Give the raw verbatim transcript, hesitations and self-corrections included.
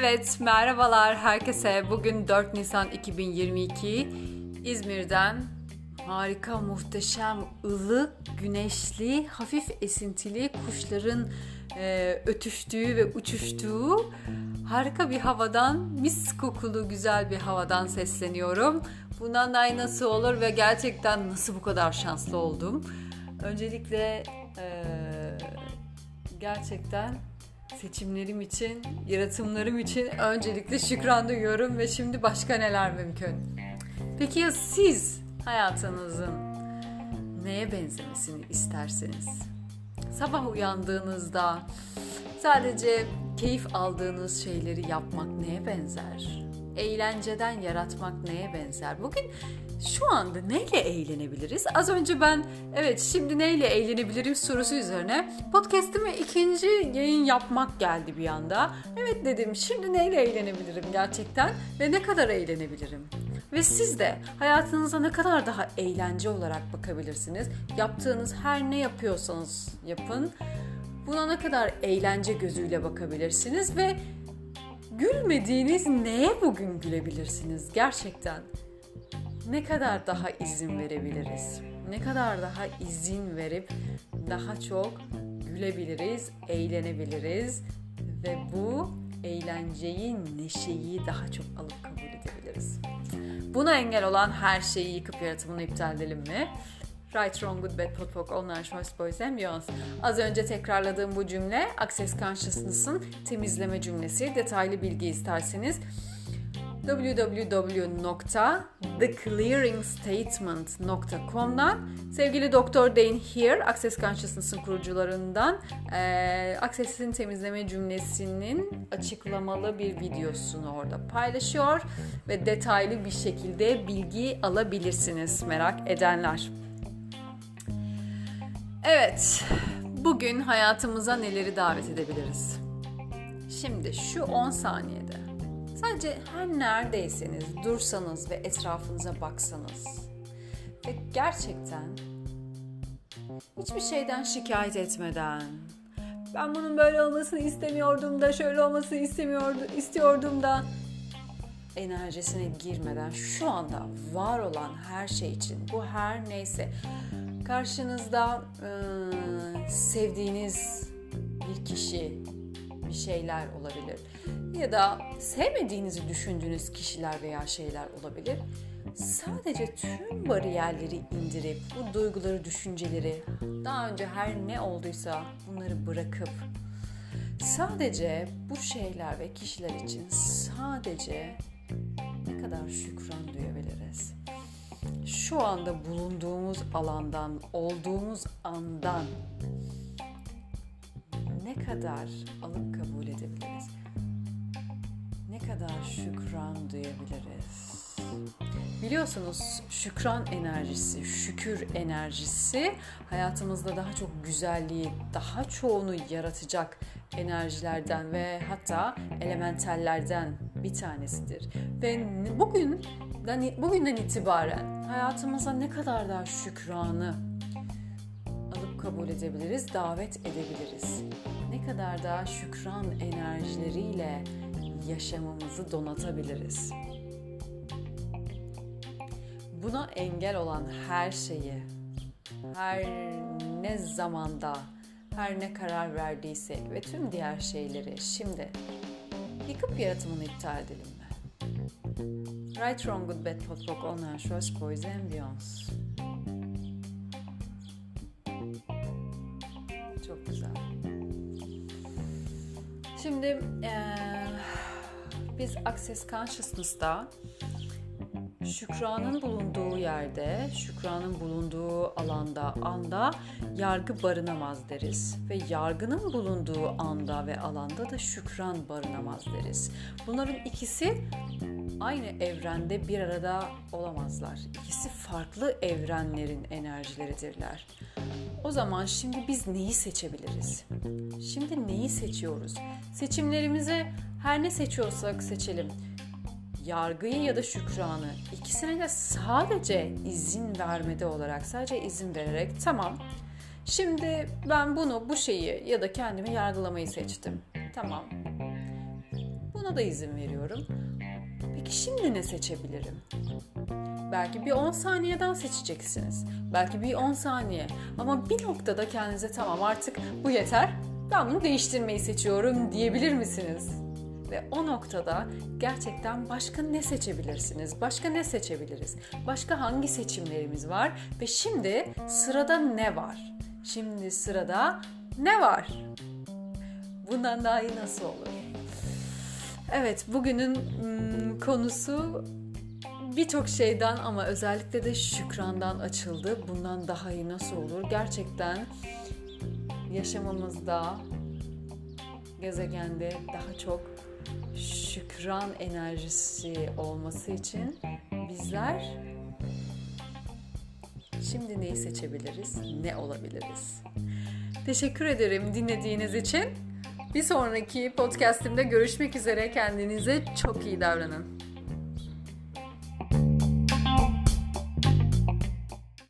Evet, merhabalar herkese. Bugün dört Nisan iki bin yirmi iki. İzmir'den harika, muhteşem, ılık, güneşli, hafif esintili kuşların e, ötüştüğü ve uçuştuğu harika bir havadan, mis kokulu güzel bir havadan sesleniyorum. Bundan daha nasıl olur ve gerçekten nasıl bu kadar şanslı oldum? Öncelikle e, gerçekten seçimlerim için, yaratımlarım için öncelikle şükran duyuyorum ve şimdi başka neler mümkün? Peki ya siz hayatınızın neye benzemesini isterseniz? Sabah uyandığınızda sadece keyif aldığınız şeyleri yapmak neye benzer? Eğlenceden yaratmak neye benzer? Bugün şu anda neyle eğlenebiliriz? Az önce ben evet şimdi neyle eğlenebilirim sorusu üzerine podcast'ime ikinci yayın yapmak geldi bir anda. Evet dedim, şimdi neyle eğlenebilirim gerçekten ve ne kadar eğlenebilirim? Ve siz de hayatınıza ne kadar daha eğlence olarak bakabilirsiniz? Yaptığınız her ne yapıyorsanız yapın. Buna ne kadar eğlence gözüyle bakabilirsiniz ve gülmediğiniz neye bugün gülebilirsiniz gerçekten? Ne kadar daha izin verebiliriz? Ne kadar daha izin verip daha çok gülebiliriz, eğlenebiliriz ve bu eğlenceyi, neşeyi daha çok alıp kabul edebiliriz. Buna engel olan her şeyi yıkıp yaratımını iptal edelim mi? Right, Wrong, Good, Bad, Pot, Pok, Online, Choice, Boys and Beyonds. Az önce tekrarladığım bu cümle Access Consciousness'ın temizleme cümlesi. Detaylı bilgi isterseniz double-u double-u double-u nokta the clearing statement nokta com'dan sevgili Doktor Dain Heer, Access Consciousness'ın kurucularından e, Access'in temizleme cümlesinin açıklamalı bir videosunu orada paylaşıyor ve detaylı bir şekilde bilgi alabilirsiniz merak edenler. Evet, bugün hayatımıza neleri davet edebiliriz? Şimdi şu on saniyede sadece her neredeyseniz dursanız ve etrafınıza baksanız ve gerçekten hiçbir şeyden şikayet etmeden, ben bunun böyle olmasını istemiyordum da şöyle olmasını istemiyordum, istiyordum da enerjisine girmeden şu anda var olan her şey için, bu her neyse, karşınızda ıı, sevdiğiniz bir kişi, bir şeyler olabilir ya da sevmediğinizi düşündüğünüz kişiler veya şeyler olabilir. Sadece tüm bariyerleri indirip bu duyguları, düşünceleri, daha önce her ne olduysa bunları bırakıp sadece bu şeyler ve kişiler için sadece ne kadar şükran duyabiliriz? Şu anda bulunduğumuz alandan, olduğumuz andan ne kadar alıp kabul edebiliriz? Ne kadar şükran duyabiliriz? Biliyorsunuz şükran enerjisi, şükür enerjisi hayatımızda daha çok güzelliği, daha çoğunu yaratacak enerjilerden ve hatta elementellerden bir tanesidir. Ve bugünden, bugünden itibaren hayatımıza ne kadar daha şükranı alıp kabul edebiliriz, davet edebiliriz. Ne kadar daha şükran enerjileriyle yaşamımızı donatabiliriz. Buna engel olan her şeyi, her ne zamanda, her ne karar verdiysek ve tüm diğer şeyleri şimdi yıkıp yaratımını iptal edelim mi? Right, Wrong, Good, Bad, Pot, Pok, Online, Choice, Boys and Beyonds. Çok güzel. Şimdi ee, biz Access Consciousness'ta şükranın bulunduğu yerde, şükranın bulunduğu alanda, anda yargı barınamaz deriz. Ve yargının bulunduğu anda ve alanda da şükran barınamaz deriz. Bunların ikisi aynı evrende bir arada olamazlar. İkisi farklı evrenlerin enerjileridirler. O zaman şimdi biz neyi seçebiliriz? Şimdi neyi seçiyoruz? Seçimlerimizi her ne seçiyorsak seçelim. Yargıyı ya da şükranı, ikisine de sadece izin vermede olarak, sadece izin vererek tamam. Şimdi ben bunu, bu şeyi ya da kendimi yargılamayı seçtim. Tamam. Bunu Buna da izin veriyorum. Peki şimdi ne seçebilirim? Belki bir on saniyeden seçeceksiniz. Belki bir on saniye. Ama bir noktada kendinize tamam artık bu yeter, ben bunu değiştirmeyi seçiyorum diyebilir misiniz? Ve o noktada gerçekten başka ne seçebilirsiniz? Başka ne seçebiliriz? Başka hangi seçimlerimiz var? Ve şimdi sırada ne var? Şimdi sırada ne var? Bundan daha iyi nasıl olur? Evet, bugünün hmm, konusu birçok şeyden ama özellikle de şükrandan açıldı. Bundan daha iyi nasıl olur? Gerçekten yaşamımızda, gezegende daha çok şükran enerjisi olması için bizler şimdi neyi seçebiliriz? Ne olabiliriz? Teşekkür ederim dinlediğiniz için. Bir sonraki podcast'imde görüşmek üzere. Kendinize çok iyi davranın.